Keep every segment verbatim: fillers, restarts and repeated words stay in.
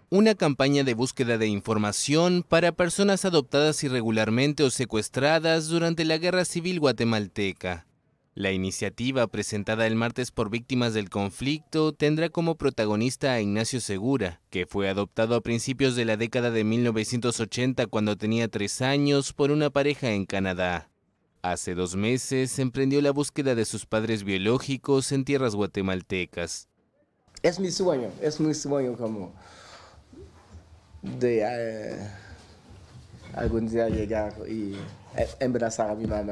Una campaña de búsqueda de información para personas adoptadas irregularmente o secuestradas durante la Guerra Civil guatemalteca. La iniciativa, presentada el martes por víctimas del conflicto, tendrá como protagonista a Ignacio Segura, que fue adoptado a principios de la década de mil novecientos ochenta cuando tenía tres años por una pareja en Canadá. Hace dos meses emprendió la búsqueda de sus padres biológicos en tierras guatemaltecas. Es mi sueño, es mi sueño como de eh, algún día llegar y embarazar a mi mamá.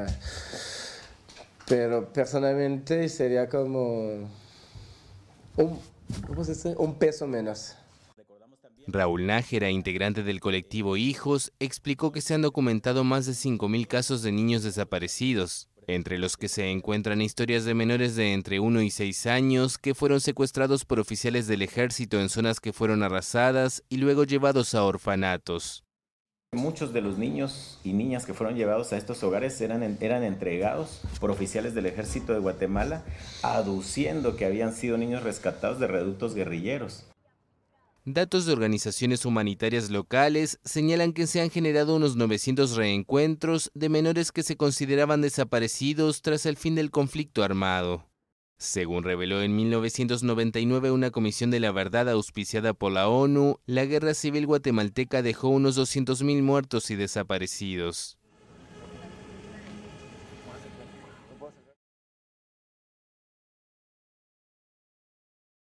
Pero personalmente sería como un, ¿cómo se dice? Un peso menos. Raúl Nájera, integrante del colectivo Hijos, explicó que se han documentado más de cinco mil casos de niños desaparecidos, entre los que se encuentran historias de menores de entre uno y seis años que fueron secuestrados por oficiales del ejército en zonas que fueron arrasadas y luego llevados a orfanatos. Muchos de los niños y niñas que fueron llevados a estos hogares eran, eran entregados por oficiales del ejército de Guatemala, aduciendo que habían sido niños rescatados de reductos guerrilleros. Datos de organizaciones humanitarias locales señalan que se han generado unos novecientos reencuentros de menores que se consideraban desaparecidos tras el fin del conflicto armado. Según reveló en mil novecientos noventa y nueve una comisión de la verdad auspiciada por la ONU, la Guerra Civil guatemalteca dejó unos doscientos mil muertos y desaparecidos.